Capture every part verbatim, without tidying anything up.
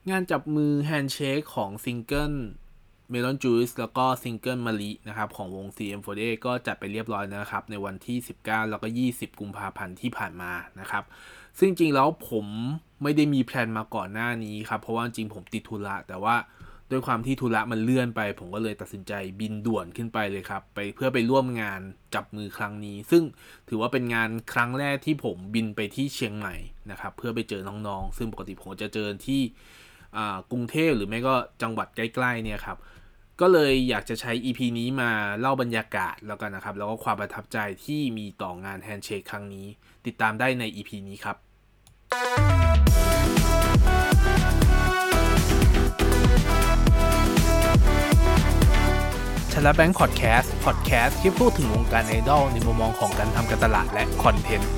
งานจับมือแฮนด์เชคของซิงเกิล Melon Juice แล้วก็ซิงเกิลมะลินะครับของวง ซี เอ็ม โฟร์ตี้เอท ก็จัดไปเรียบร้อยแล้วนะครับในวันที่สิบเก้าแล้วก็ยี่สิบกุมภาพันธ์ที่ผ่านมานะครับซึ่งจริงแล้วผมไม่ได้มีแพลนมาก่อนหน้านี้ครับเพราะว่าจริงผมติดธุระแต่ว่าด้วยความที่ธุระมันเลื่อนไปผมก็เลยตัดสินใจบินด่วนขึ้นไปเลยครับไปเพื่อไปร่วมงานจับมือครั้งนี้ซึ่งถือว่าเป็นงานครั้งแรกที่ผมบินไปที่เชียงใหม่นะครับเพื่อไปเจอน้องๆซึ่งปกติผมจะเจอที่กรุงเทพหรือไม่ก็จังหวัดใกล้ๆเนี่ยครับก็เลยอยากจะใช้ อี พี นี้มาเล่าบรรยากาศแล้วกันนะครับแล้วก็ความประทับใจที่มีต่องานแฮนด์เชคครั้งนี้ติดตามได้ใน อี พี นี้ครับชลแบงค์พอดแคสต์พอดแคสต์ที่พูดถึงวงการไอดอลในมุมมองของการทำการตลาดและคอนเทนต์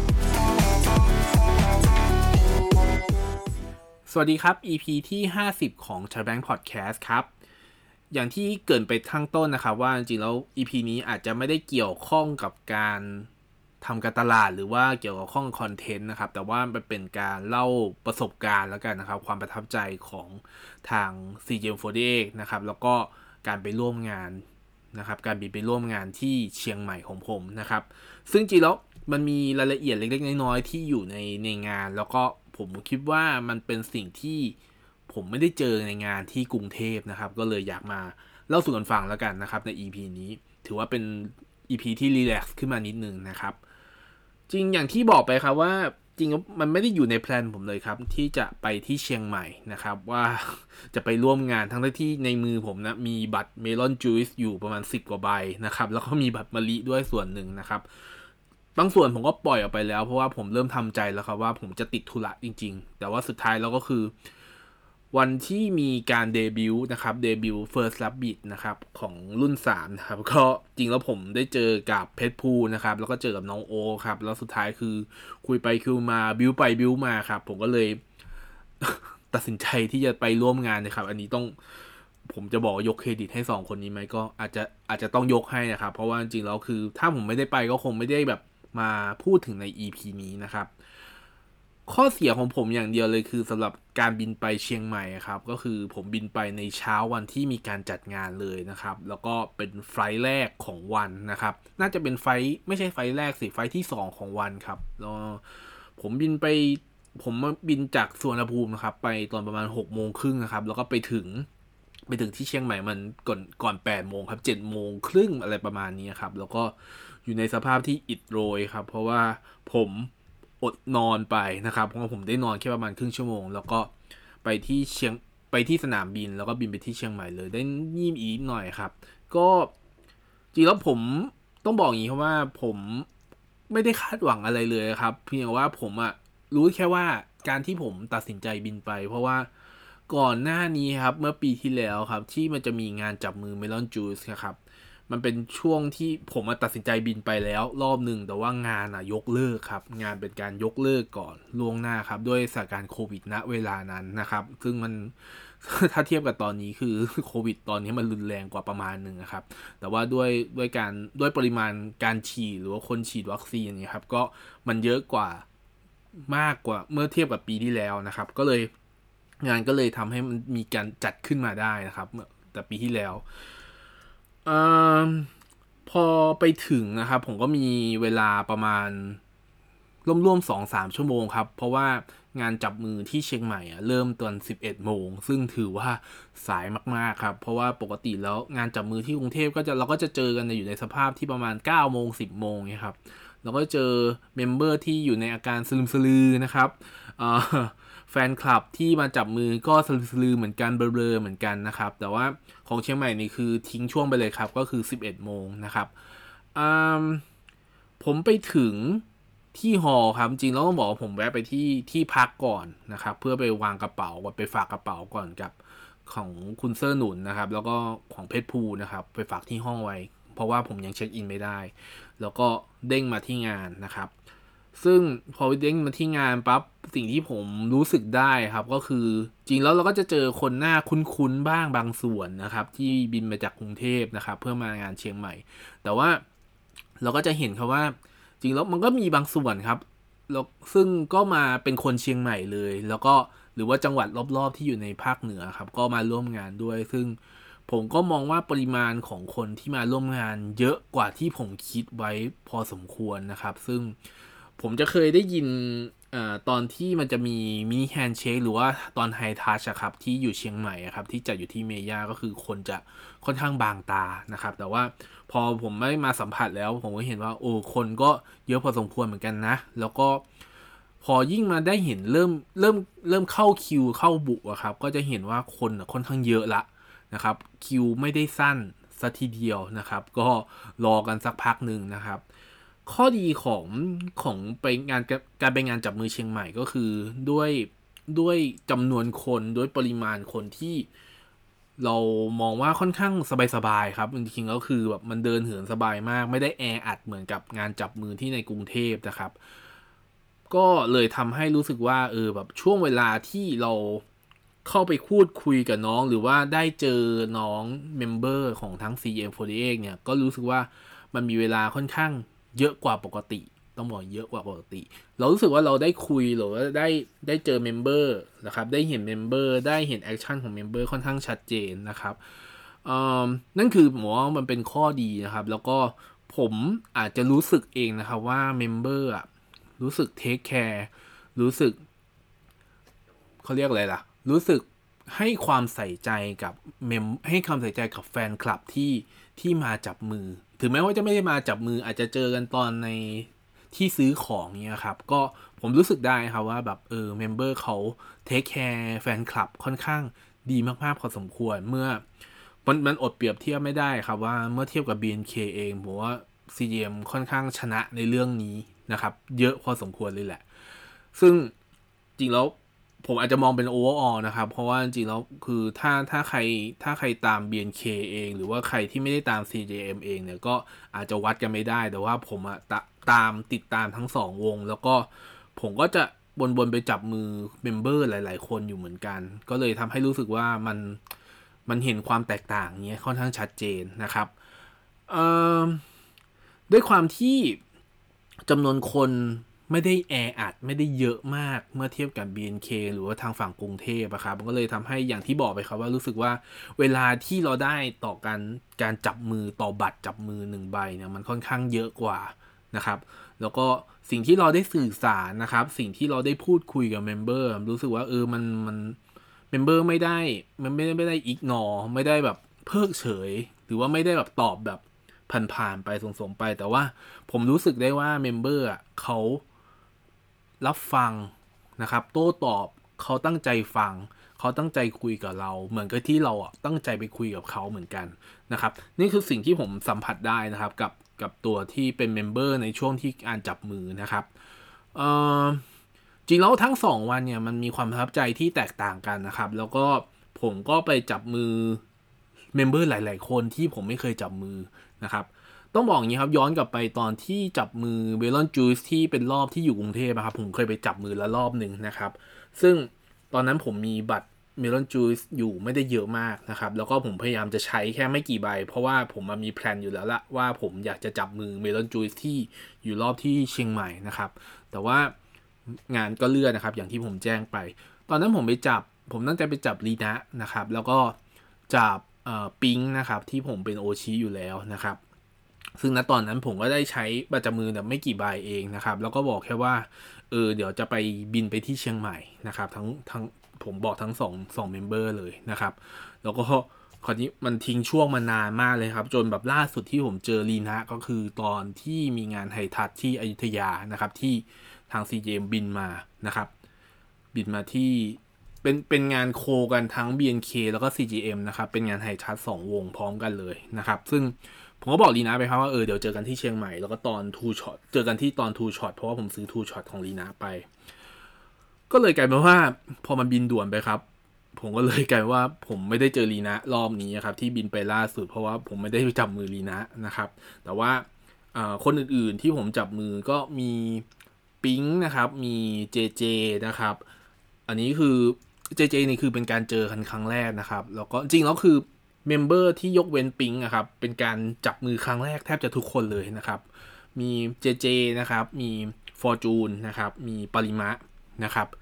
สวัสดีครับ อี พี ที่ห้าสิบของชลแบงค์พอดแคสต์ครับอย่างที่เกริ่นไปข้างต้นนะครับว่าจริงๆแล้ว อี พี นี้อาจจะไม่ได้เกี่ยวข้องกับการทำการตลาดหรือว่าเกี่ยวกับข้องคอนเทนต์นะครับแต่ว่ามันเป็นการเล่าประสบการณ์แล้วกันนะครับความประทับใจของทาง ซี เจ เอ็ม โฟร์ตี้เอท นะครับแล้วก็การไปร่วมงานนะครับการบินไปร่วมงานที่เชียงใหม่ของผมนะครับซึ่งจริงแล้วมันมีรายละเอียดเล็กๆน้อยๆที่อยู่ในในงานแล้วก็ผมคิดว่ามันเป็นสิ่งที่ผมไม่ได้เจอในงานที่กรุงเทพนะครับก็เลยอยากมาเล่าสู่กันฟังแล้วกันนะครับใน อี พี นี้ถือว่าเป็น อี พี ที่รีแลกซ์ขึ้นมานิดนึงนะครับจริงอย่างที่บอกไปครับว่าจริงมันไม่ได้อยู่ในแพลนผมเลยครับที่จะไปที่เชียงใหม่นะครับว่าจะไปร่วมงานทั้งที่ในมือผมนะมีบัตรเมลอนจูสอยู่ประมาณสิบกว่าใบนะครับแล้วก็มีบัตรมะลิด้วยส่วนหนึ่งนะครับบางส่วนผมก็ปล่อยออกไปแล้วเพราะว่าผมเริ่มทำใจแล้วครับว่าผมจะติดธุระจริงๆแต่ว่าสุดท้ายแล้วก็คือวันที่มีการเดบิวต์นะครับเดบิวต์ First Rabbit นะครับของรุ่นสามนะครับก็จริงแล้วผมได้เจอกับเพชรภูนะครับแล้วก็เจอกับน้องโอครับแล้วสุดท้ายคือคุยไปคุยมาบิวไปบิวมาครับผมก็เลย ตัดสินใจที่จะไปร่วมงานนะครับอันนี้ต้องผมจะบอกยกเครดิตให้สองคนนี้ไหมก็อาจจะอาจจะต้องยกให้นะครับเพราะว่าจริงๆแล้วคือถ้าผมไม่ได้ไปก็คงไม่ได้แบบมาพูดถึงใน อี พี นี้นะครับข้อเสียของผมอย่างเดียวเลยคือสำหรับการบินไปเชียงใหม่ครับก็คือผมบินไปในเช้าวันที่มีการจัดงานเลยนะครับแล้วก็เป็นไฟล์แรกของวันนะครับน่าจะเป็นไฟล์ไม่ใช่ไฟล์แรกสิไฟล์ที่สองของวันครับแล้วผมบินไปผมบินจากสุวรรณภูมินะครับไปตอนประมาณหกโมงครึ่งนะครับแล้วก็ไปถึงไปถึงที่เชียงใหม่มันก่อนก่อนแปดโมงครับเจ็ดโมงครึ่งอะไรประมาณนี้ครับแล้วก็อยู่ในสภาพที่อิดโรยครับเพราะว่าผมอดนอนไปนะครับเพราะว่าผมได้นอนแค่ประมาณครึ่งชั่วโมงแล้วก็ไปที่เชียงไปที่สนามบินแล้วก็บินไปที่เชียงใหม่เลยได้งีบอีกหน่อยครับก็จริงแล้วผมต้องบอกอย่างนี้ครับว่าผมไม่ได้คาดหวังอะไรเลยครับเพียงว่าผมอะรู้แค่ว่าการที่ผมตัดสินใจบินไปเพราะว่าก่อนหน้านี้ครับเมื่อปีที่แล้วครับที่มันจะมีงานจับมือ Melon Juice นะครับมันเป็นช่วงที่ผมตัดสินใจบินไปแล้วรอบหนึ่งแต่ว่างานอะยกเลิกครับงานเป็นการยกเลิกก่อนล่วงหน้าครับด้วยสถานการณ์โควิดณเวลานั้นนะครับซึ่งมัน ถ้าเทียบกับตอนนี้คือโควิดตอนนี้มันรุนแรงกว่าประมาณหนึ่งนะครับแต่ว่าด้วยด้วยการด้วยปริมาณการฉีดหรือว่าคนฉีดวัคซีนเนี่ยครับก็มันเยอะกว่ามากกว่าเมื่อเทียบกับปีที่แล้วนะครับก็เลยงานก็เลยทำให้มันมีการจัดขึ้นมาได้นะครับแต่ปีที่แล้วอพอไปถึงนะครับผมก็มีเวลาประมาณร่วมๆ สองถึงสาม ชั่วโมงครับเพราะว่างานจับมือที่เชียงใหม่อ่ะเริ่มตอนสิบเอ็ดโมงซึ่งถือว่าสายมากๆครับเพราะว่าปกติแล้วงานจับมือที่กรุงเทพก็จะเราก็จะเจอกันอยู่ในสภาพที่ประมาณเก้าโมงสิบโมงเนี่ยครับเราก็เจอเมมเบอร์ที่อยู่ในอาการสลึมสลือนะครับแฟนคลับที่มาจับมือก็สลึมสลือเหมือนกันเบลอๆเหมือนกันนะครับแต่ว่าของเชียงใหม่นี่คือทิ้งช่วงไปเลยครับก็คือสิบเอ็ดโมงนะครับผมไปถึงที่ฮอลครับจริงแล้วต้องบอกว่าผมแวะไปที่ที่พักก่อนนะครับเพื่อไปวางกระเป๋าไปฝากกระเป๋าก่อนกับของคุณเซอร์หนุนนะครับแล้วก็ของเพชรภูนะครับไปฝากที่ห้องไว้เพราะว่าผมยังเช็คอินไม่ได้แล้วก็เด้งมาที่งานนะครับซึ่งพอเด้งมาที่งานปั๊บสิ่งที่ผมรู้สึกได้ครับก็คือจริงแล้วเราก็จะเจอคนหน้าคุ้นๆบ้างบางส่วนนะครับที่บินมาจากกรุงเทพนะครับเพื่อมางานเชียงใหม่แต่ว่าเราก็จะเห็นครับว่าจริงแล้วมันก็มีบางส่วนครับแล้วซึ่งก็มาเป็นคนเชียงใหม่เลยแล้วก็หรือว่าจังหวัดรอบๆที่อยู่ในภาคเหนือครับก็มาร่วมงานด้วยซึ่งผมก็มองว่าปริมาณของคนที่มาร่วมงานเยอะกว่าที่ผมคิดไว้พอสมควรนะครับซึ่งผมจะเคยได้ยินอตอนที่มันจะมีมินิแฮนด์เชคหรือว่าตอนไฮทัชครับที่อยู่เชียงใหม่ครับที่จัดอยู่ที่เมย่าก็คือคนจะค่อนข้างบางตานะครับแต่ว่าพอผมไม่มาสัมผัสแล้วผมก็เห็นว่าโอ้คนก็เยอะพอสมควรเหมือนกันนะแล้วก็พอยิ่งมาได้เห็นเริ่มเริ่มเริ่มเข้าคิวเข้าบุอะครับก็จะเห็นว่าคนค่อนข้างเยอะละนะครับคิวไม่ได้สั้นสัทีเดียวนะครับก็รอกันสักพักหนึ่งนะครับข้อดีของของไปงานการไปงานจับมือเชียงใหม่ก็คือด้วยด้วยจำนวนคนด้วยปริมาณคนที่เรามองว่าค่อนข้างสบายๆครับจริงๆแล้วคือแบบมันเดินเหินสบายมากไม่ได้แออัดเหมือนกับงานจับมือที่ในกรุงเทพนะครับก็เลยทำให้รู้สึกว่าเออแบบช่วงเวลาที่เราเข้าไปพูดคุยกับน้องหรือว่าได้เจอน้องเมมเบอร์ของทั้ง ซี เอ็ม สี่สิบแปด เนี่ยก็รู้สึกว่ามันมีเวลาค่อนข้างเยอะกว่าปกติต้องบอกเยอะกว่าปกติเรารู้สึกว่าเราได้คุยหรือว่าได้ได้เจอเมมเบอร์นะครับได้เห็นเมมเบอร์ได้เห็นแอคชั่นของเมมเบอร์ค่อนข้างชัดเจนนะครับนั่นคือผมว่ามันเป็นข้อดีนะครับแล้วก็ผมอาจจะรู้สึกเองนะครับว่าเมมเบอร์อะรู้สึกเทคแคร์รู้สึกเขาเรียกอะไรล่ะรู้สึกให้ความใส่ใจกับเมมให้ความใส่ใจกับแฟนคลับที่ที่มาจับมือถึงแม้ว่าจะไม่ได้มาจับมืออาจจะเจอกันตอนในที่ซื้อของเนี่ยครับก็ผมรู้สึกได้ครับว่าแบบเออเมมเบอร์เขาเทคแคร์แฟนคลับค่อนข้างดีมากๆพอสมควรเมื่อมันมันอดเปรียบเทียบไม่ได้ครับว่าเมื่อเทียบกับ บี เอ็น เค เองผมว่า ซี จี เอ็ม ค่อนข้างชนะในเรื่องนี้นะครับเยอะพอสมควรเลยแหละซึ่งจริงแล้วผมอาจจะมองเป็น overall นะครับเพราะว่าจริงแล้วคือถ้าถ้าใครถ้าใครตาม บี เอ็น เค เองหรือว่าใครที่ไม่ได้ตาม ซี จี เอ็ม เองเนี่ยก็อาจจะวัดกันไม่ได้แต่ว่าผมอะตตามติดตามทั้งสองวงแล้วก็ผมก็จะบนๆไปจับมือเมมเบอร์หลายๆคนอยู่เหมือนกันก็เลยทำให้รู้สึกว่ามันมันเห็นความแตกต่างเนี้ยค่อนข้างชัดเจนนะครับเอ่อด้วยความที่จำนวนคนไม่ได้แออัดไม่ได้เยอะมากเมื่อเทียบกับ บี เอ็น เค หรือว่าทางฝั่งกรุงเทพอะครับมันก็เลยทำให้อย่างที่บอกไปครับว่ารู้สึกว่าเวลาที่เราได้ต่อการการจับมือต่อบัตรจับมือหนึ่งใบเนี่ยมันค่อนข้างเยอะกว่านะครับแล้วก็สิ่งที่เราได้สื่อสารนะครับสิ่งที่เราได้พูดคุยกับเมมเบอร์รู้สึกว่าเออมันมันเมมเบอร์ไม่ได้มันไม่ได้ไม่ได้อิกนอไม่ได้แบบเพิกเฉยหรือว่าไม่ได้แบบตอบแบบผ่านๆไปส่งๆไปแต่ว่าผมรู้สึกได้ว่าเมมเบอร์อ่ะเขารับฟังนะครับโต้ตอบเขาตั้งใจฟังเขาตั้งใจคุยกับเราเหมือนกับที่เราอ่ะตั้งใจไปคุยกับเขาเหมือนกันนะครับนี่คือสิ่งที่ผมสัมผัสได้นะครับกับกับตัวที่เป็นเมมเบอร์ในช่วงที่การจับมือนะครับเอ่อจริงแล้วทั้งสองวันเนี่ยมันมีความประทับใจที่แตกต่างกันนะครับแล้วก็ผมก็ไปจับมือเมมเบอร์หลายๆคนที่ผมไม่เคยจับมือนะครับต้องบอกอย่างนี้ครับย้อนกลับไปตอนที่จับมือเบลอนจูสที่เป็นรอบที่อยู่กรุงเทพนะครับผมเคยไปจับมือละรอบหนึ่งนะครับซึ่งตอนนั้นผมมีบัตรเมลอนจูสอยู่ไม่ได้เยอะมากนะครับแล้วก็ผมพยายามจะใช้แค่ไม่กี่ใบเพราะว่าผมมีแพลนอยู่แล้วละว่าผมอยากจะจับมือเมลอนจูสที่อยู่รอบที่เชียงใหม่นะครับแต่ว่างานก็เลื่อนนะครับอย่างที่ผมแจ้งไปตอนนั้นผมไปจับผมตั้งใจไปจับลีนะนะครับแล้วก็จับปิงนะครับที่ผมเป็นโอชิอยู่แล้วนะครับซึ่งณตอนนั้นผมก็ได้ใช้บัตรจับมือแบบไม่กี่ใบเองนะครับแล้วก็บอกแค่ว่าเออเดี๋ยวจะไปบินไปที่เชียงใหม่นะครับทั้งทั้งผมบอกทั้งสองสองเมมเบอร์เลยนะครับแล้วก็คราวนี้มันทิ้งช่วงมานานมากเลยครับจนแบบล่าสุดที่ผมเจอลีนะก็คือตอนที่มีงานไฮทัชที่อยุธยานะครับที่ทาง ซี จี เอ็ม บินมานะครับบินมาที่เป็นเป็นงานโคกันทั้ง บี เอ็น เค แล้วก็ ซี จี เอ็ม นะครับเป็นงานไฮทัชสองวงพร้อมกันเลยนะครับซึ่งผมก็บอกลีนะไปครับว่าเออเดี๋ยวเจอกันที่เชียงใหม่แล้วก็ตอน two shot เจอกันที่ตอน two shot เพราะว่าผมซื้อ two shot ของลีนะไปก็เลยกลายเป็นว่าพอมันบินด่วนไปครับผมก็เลยกลายว่าผมไม่ได้เจอลีนะรอบนี้ครับที่บินไปล่าสุดเพราะว่าผมไม่ได้ไปจับมือลีนะนะครับแต่ว่าคนอื่นๆที่ผมจับมือก็มีปิ๊งนะครับมีเจเจนะครับอันนี้คือเจเจนี่คือเป็นการเจอกันครั้งแรกนะครับแล้วก็จริงแล้วคือเมมเบอร์ที่ยกเว้นปิ๊งอะครับเป็นการจับมือครั้งแรกแทบจะทุกคนเลยนะครับมีเจเจนะครับมีฟอร์จูนนะครับมีปริมะนะครับ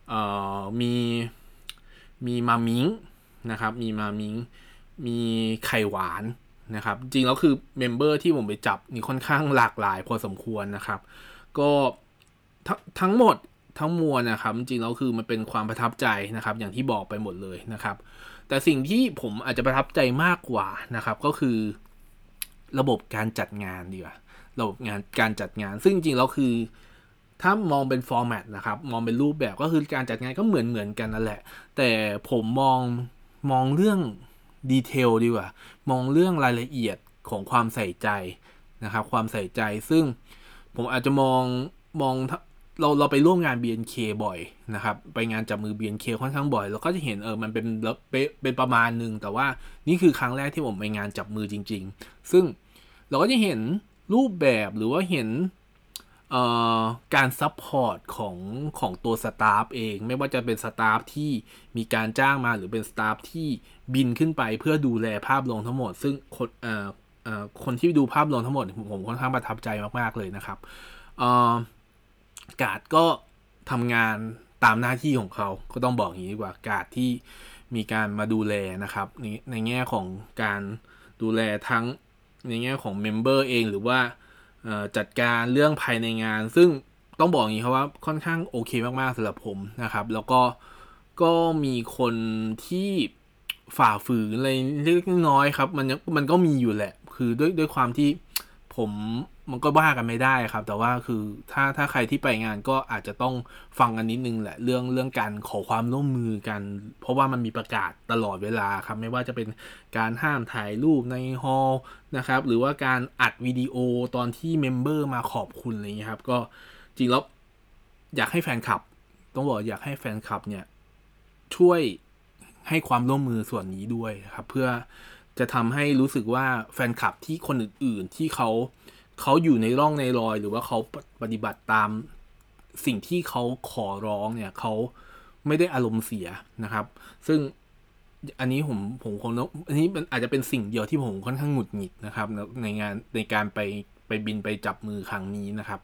เอ่อมีมีมามิงนะครับมีมามิงมีไข่หวานนะครับจริงแล้วคือเมมเบอร์ที่ผมไปจับนี่ค่อนข้างหลากหลายพอสมควรนะครับก็ททั้งหมดทั้งมวลนะครับจริงแล้วคือมันเป็นความประทับใจนะครับอย่างที่บอกไปหมดเลยนะครับแต่สิ่งที่ผมอาจจะประทับใจมากกว่านะครับก็คือระบบการจัดงานดีกว่าระบบงานการจัดงานซึ่งจริงๆแล้วคือถ้ามองเป็นฟอร์แมตนะครับมองเป็นรูปแบบก็คือการจัดงานก็เหมือนเหมือนกันนั่นแหละแต่ผมมองมองเรื่องดีเทลดีกว่ามองเรื่องรายละเอียดของความใส่ใจนะครับความใส่ใจซึ่งผมอาจจะมองมองเราเราไปร่วมงาน บี เอ็น เค บ่อยนะครับไปงานจับมือ บี เอ็น เค ค่อนข้างบ่อยเราก็จะเห็นเออมันเป็นเป็นเป็นประมาณนึงแต่ว่านี่คือครั้งแรกที่ผมไปงานจับมือจริงๆซึ่งเราก็จะเห็นรูปแบบหรือว่าเห็นการซัพพอร์ตของของตัวสตาฟเองไม่ว่าจะเป็นสตาฟที่มีการจ้างมาหรือเป็นสตาฟที่บินขึ้นไปเพื่อดูแลภาพรวมทั้งหมดซึ่งคนเอ่อเอ่อคนที่ดูภาพรวมทั้งหมดผมค่อนข้างประทับใจมากๆเลยนะครับเอ่อกาดก็ทำงานตามหน้าที่ของเขาก็ต้องบอกอย่างนี้ดีกว่ากาดที่มีการมาดูแลนะครับในในแง่ของการดูแลทั้งในแง่ของเมมเบอร์เองหรือว่าจัดการเรื่องภายในงานซึ่งต้องบอกอย่างนี้ครับว่าค่อนข้างโอเคมากๆสำหรับผมนะครับแล้วก็ก็มีคนที่ฝ่าฝืนอะไรเล็กน้อยครับมันมันก็มีอยู่แหละคือด้วยด้วยความที่ผมมันก็บ้ากันไม่ได้ครับแต่ว่าคือถ้าถ้าใครที่ไปงานก็อาจจะต้องฟังกันนิดนึงแหละเรื่องเรื่องการขอความร่วมมือกันเพราะว่ามันมีประกาศตลอดเวลาครับไม่ว่าจะเป็นการห้ามถ่ายรูปในฮอลล์นะครับหรือว่าการอัดวิดีโอตอนที่เมมเบอร์มาขอบคุณอะไรเงี้ยครับก็จริงแล้วอยากให้แฟนคลับต้องบอกอยากให้แฟนคลับเนี่ยช่วยให้ความร่วมมือส่วนนี้ด้วยครับเพื่อจะทำให้รู้สึกว่าแฟนคลับที่คนอื่นๆที่เขาเขาอยู่ในร่องในรอยหรือว่าเขาปฏิบัติตามสิ่งที่เขาขอร้องเนี่ยเขาไม่ได้อารมณ์เสียนะครับซึ่งอันนี้ผมผมคงอันนี้มันอาจจะเป็นสิ่งเดียวที่ผมค่อนข้างหงุดหงิดนะครับในงานในการไปไปบินไปจับมือครั้งนี้นะครับ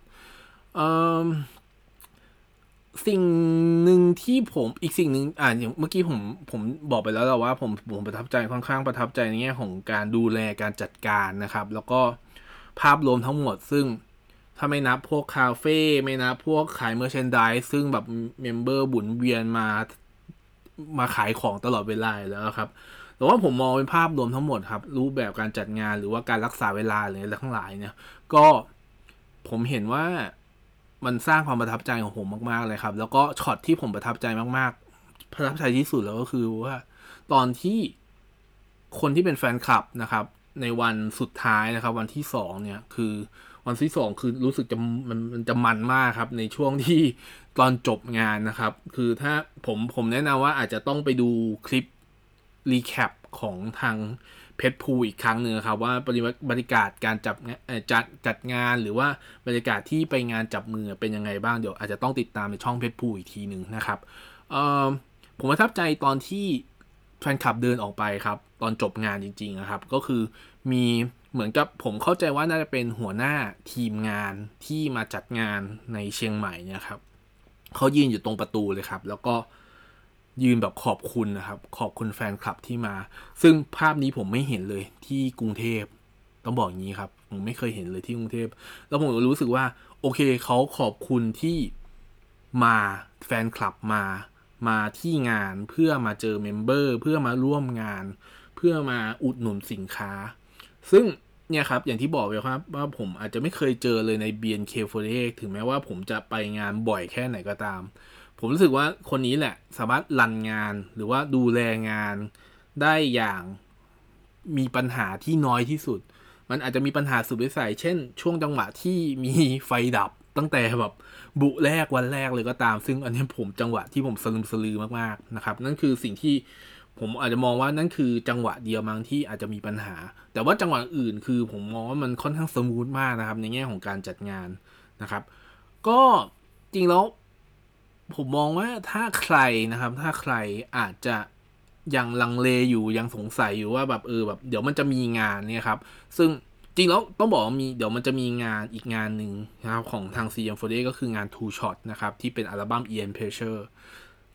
สิ่งหนึ่งที่ผมอีกสิ่งหนึ่งอ่าอย่างเมื่อกี้ผมผมบอกไปแล้วแหละว่าผมผมประทับใจค่อนข้างประทับใจในแง่ของการดูแลการจัดการนะครับแล้วก็ภาพรวมทั้งหมดซึ่งถ้าไม่นับพวกคาเฟ่ไม่นับพวกขายเมอร์แชนไดส์ซึ่งแบบเมมเบอร์บุนเวียนมามาขายของตลอดเวลาแล้วครับแต่ว่าผมมองเป็นภาพรวมทั้งหมดครับรูปแบบการจัดงานหรือว่าการรักษาเวลาอะไรทั้งหลายเนี่ยก็ผมเห็นว่ามันสร้างความประทับใจของผมมากๆเลยครับแล้วก็ช็อตที่ผมประทับใจมากๆประทับใจที่สุดแล้วก็คือว่าตอนที่คนที่เป็นแฟนคลับนะครับในวันสุดท้ายนะครับวันที่สองเนี่ยคือวันที่สองคือรู้สึกจะมันมันจะมันมากครับในช่วงที่ตอนจบงานนะครับคือถ้าผมผมแนะนำว่าอาจจะต้องไปดูคลิปรีแคปของทางเพชรภูอีกครั้งหนึ่งครับว่าบรรยากาศการจับจัดจัดงานหรือว่าบรรยากาศที่ไปงานจับมือเป็นยังไงบ้างเดี๋ยวอาจจะต้องติดตามในช่องเพชรภูอีกทีหนึ่งนะครับผมประทับใจตอนที่แฟนคลับเดินออกไปครับตอนจบงานจริงๆนะครับก็คือมีเหมือนกับผมเข้าใจว่าน่าจะเป็นหัวหน้าทีมงานที่มาจัดงานในเชียงใหม่เนี่ยครับเขายืนอยู่ตรงประตูเลยครับแล้วก็ยืนแบบขอบคุณนะครับขอบคุณแฟนคลับที่มาซึ่งภาพนี้ผมไม่เห็นเลยที่กรุงเทพต้องบอกอย่างนี้ครับผมไม่เคยเห็นเลยที่กรุงเทพแล้วผมก็รู้สึกว่าโอเคเขาขอบคุณที่มาแฟนคลับมามาที่งานเพื่อมาเจอเมมเบอร์เพื่อมาร่วมงานเพื่อมาอุดหนุนสินค้าซึ่งเนี่ยครับอย่างที่บอกไปครับว่าผมอาจจะไม่เคยเจอเลยใน บี เอ็น เค สี่สิบแปดถึงแม้ว่าผมจะไปงานบ่อยแค่ไหนก็ตามผมรู้สึกว่าคนนี้แหละสามารถรันงานหรือว่าดูแลงานได้อย่างมีปัญหาที่น้อยที่สุดมันอาจจะมีปัญหาสุดวิสัยเช่นช่วงจังหวะที่มีไฟดับตั้งแต่แบบบุแรกวันแรกเลยก็ตามซึ่งอันนี้ผมจังหวะที่ผมสลึมสลือมากๆนะครับนั่นคือสิ่งที่ผมอาจจะมองว่านั่นคือจังหวะเดียวมั้งที่อาจจะมีปัญหาแต่ว่าจังหวะอื่นคือผมมองว่ามันค่อนข้างสมูทมากนะครับในแง่ของการจัดงานนะครับก็จริงแล้วผมมองว่าถ้าใครนะครับถ้าใครอาจจะยังลังเลอยู่ยังสงสัยอยู่ว่าแบบเออแบบเดี๋ยวมันจะมีงานเนี่ยครับซึ่งจริงแล้วต้องบอกว่ามีเดี๋ยวมันจะมีงานอีกงานหนึ่งนะครับของทาง ซี เอ็ม สี่สิบแปด ก็คืองาน Two Shot นะครับที่เป็นอัลบั้ม Ian Pressure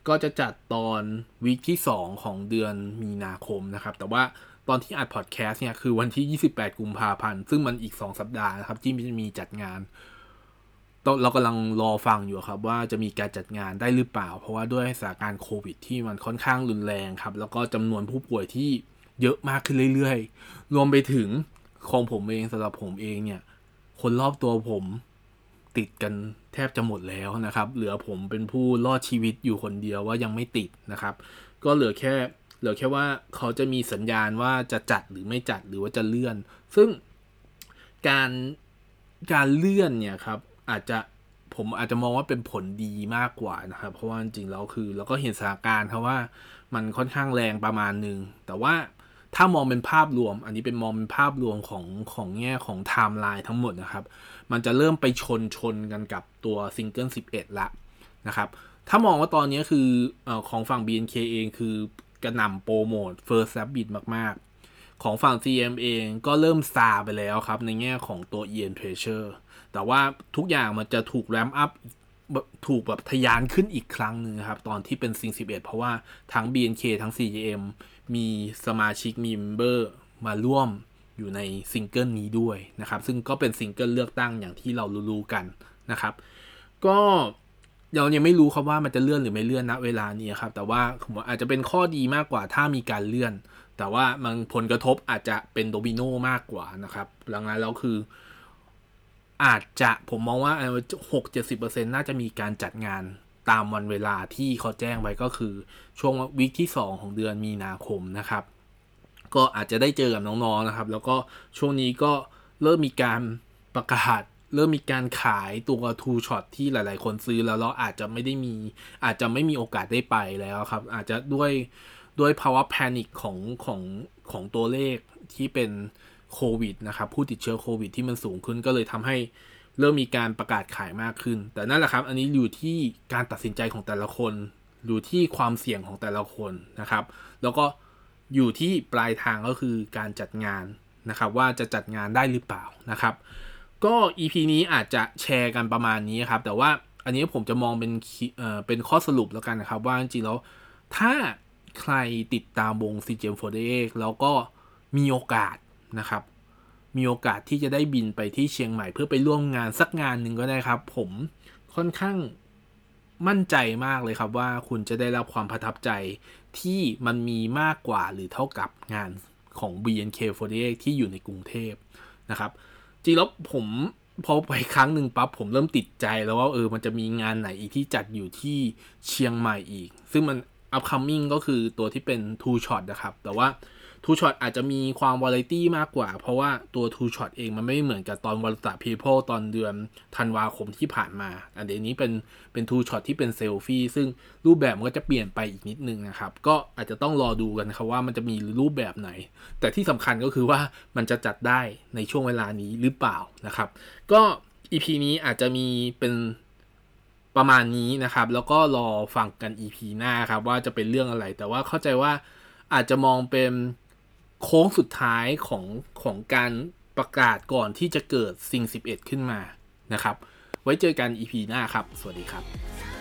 ก็จะจัดตอนวีคที่สองของเดือนมีนาคมนะครับแต่ว่าตอนที่อัดพอดแคสต์เนี่ยคือวันที่ยี่สิบแปดกุมภาพันธ์ซึ่งมันอีกสองสัปดาห์นะครับที่จะมีจัดงานเรากำลังรอฟังอยู่ครับว่าจะมีการจัดงานได้หรือเปล่าเพราะว่าด้วยสถานการณ์โควิดที่มันค่อนข้างรุนแรงครับแล้วก็จำนวนผู้ป่วยที่เยอะมากขึ้นเรื่อยๆรวมไปถึงของผมเองสำหรับผมเองเนี่ยคนรอบตัวผมติดกันแทบจะหมดแล้วนะครับเหลือผมเป็นผู้รอดชีวิตอยู่คนเดียวว่ายังไม่ติดนะครับก็เหลือแค่เหลือแค่ว่าเขาจะมีสัญญาณว่าจะจัดหรือไม่จัดหรือว่าจะเลื่อนซึ่งการการเลื่อนเนี่ยครับอาจจะผมอาจจะมองว่าเป็นผลดีมากกว่านะครับเพราะว่าจริงๆแล้วคือเราก็เห็นสถานการณ์ครับว่ามันค่อนข้างแรงประมาณนึงแต่ว่าถ้ามองเป็นภาพรวมอันนี้เป็นมองเป็นภาพรวมของของแง่ของไทม์ไลน์ทั้งหมดนะครับมันจะเริ่มไปชนชนกันกับตัวซิงเกิลสิบเอ็ดละนะครับถ้ามองว่าตอนนี้คือเอ่อของฝั่ง บี เอ็น เค เองคือกระหน่ำโปรโมท First Rabbit มากๆของฝั่ง ซี เอ็ม เองก็เริ่มซาไปแล้วครับในแง่ของตัว อี เอ็น Treasure แต่ว่าทุกอย่างมันจะถูกแรมอัพถูกแบบทะยานขึ้นอีกครั้งนึงครับตอนที่เป็นซิงสิบเอ็ดเพราะว่าทั้ง บี เอ็น เค ทั้ง ซี เอ็ม มีสมาชิกมีเมมเบอร์มาร่วมอยู่ในซิงเกิลนี้ด้วยนะครับซึ่งก็เป็นซิงเกิลเลือกตั้งอย่างที่เรารู้ๆกันนะครับก็เรายังไม่รู้ครับว่ามันจะเลื่อนหรือไม่เลื่อนณเวลานี้ครับแต่ว่าผมอาจจะเป็นข้อดีมากกว่าถ้ามีการเลื่อนแต่ว่ามันผลกระทบอาจจะเป็นโดมิโนมากกว่านะครับดังนั้นแล้วคืออาจจะผมมองว่า หกถึงเจ็ดสิบเปอร์เซ็นต์ น่าจะมีการจัดงานตามวันเวลาที่เขาแจ้งไว้ก็คือช่วงวีคที่สองของเดือนมีนาคมนะครับก็อาจจะได้เจอกับน้องๆนะครับแล้วก็ช่วงนี้ก็เริ่มมีการประกาศเริ่มมีการขายตัว Two Shot ที่หลายๆคนซื้อแล้วแล้วอาจจะไม่ได้มีอาจจะไม่มีโอกาสได้ไปแล้วครับอาจจะด้วยด้วยภาวะแพนิคของของของตัวเลขที่เป็นโควิดนะครับผู้ติดเชื้อโควิดที่มันสูงขึ้นก็เลยทำให้เริ่มมีการประกาศขายมากขึ้นแต่นั่นแหละครับอันนี้อยู่ที่การตัดสินใจของแต่ละคนอยู่ที่ความเสี่ยงของแต่ละคนนะครับแล้วก็อยู่ที่ปลายทางก็คือการจัดงานนะครับว่าจะจัดงานได้หรือเปล่านะครับก็ อี พี นี้อาจจะแชร์กันประมาณนี้ครับแต่ว่าอันนี้ผมจะมองเป็นเอ่อเป็นข้อสรุปแล้วกันนะครับว่าจริงๆแล้วถ้าใครติดตามวง ซี เจ เอ็ม สี่สิบแปด แล้วก็มีโอกาสนะครับมีโอกาสที่จะได้บินไปที่เชียงใหม่เพื่อไปร่วมงานสักงานหนึ่งก็ได้ครับผมค่อนข้างมั่นใจมากเลยครับว่าคุณจะได้รับความประทับใจที่มันมีมากกว่าหรือเท่ากับงานของ บี เอ็น เค สี่สิบแปด ที่อยู่ในกรุงเทพนะครับจริงแล้วผมพอไปครั้งหนึ่งปั๊บผมเริ่มติดใจแล้วว่าเออมันจะมีงานไหนอีกที่จัดอยู่ที่เชียงใหม่อีกซึ่งมัน upcoming ก็คือตัวที่เป็น Two Shot นะครับแต่ว่า Two Shot อาจจะมีความ variety มากกว่าเพราะว่าตัว Two Shot เองมันไม่เหมือนกับตอน Volta People ตอนเดือนธันวาคมที่ผ่านมาอันเดี๋ยวนี้เป็นเป็น Two Shot ที่เป็นเซลฟี่ซึ่งรูปแบบมันก็จะเปลี่ยนไปอีกนิดนึงนะครับก็อาจจะต้องรอดูกันครับว่ามันจะมีรูปแบบไหนแต่ที่สำคัญก็คือว่ามันจะจัดได้ในช่วงเวลานี้หรือเปล่านะครับก็ อี พี นี้อาจจะมีเป็นประมาณนี้นะครับแล้วก็รอฟังกัน อี พี หน้าครับว่าจะเป็นเรื่องอะไรแต่ว่าเข้าใจว่าอาจจะมองเป็นโค้งสุดท้ายของของการประกาศก่อนที่จะเกิดซิงสิบเอ็ดขึ้นมานะครับไว้เจอกัน อี พี หน้าครับสวัสดีครับ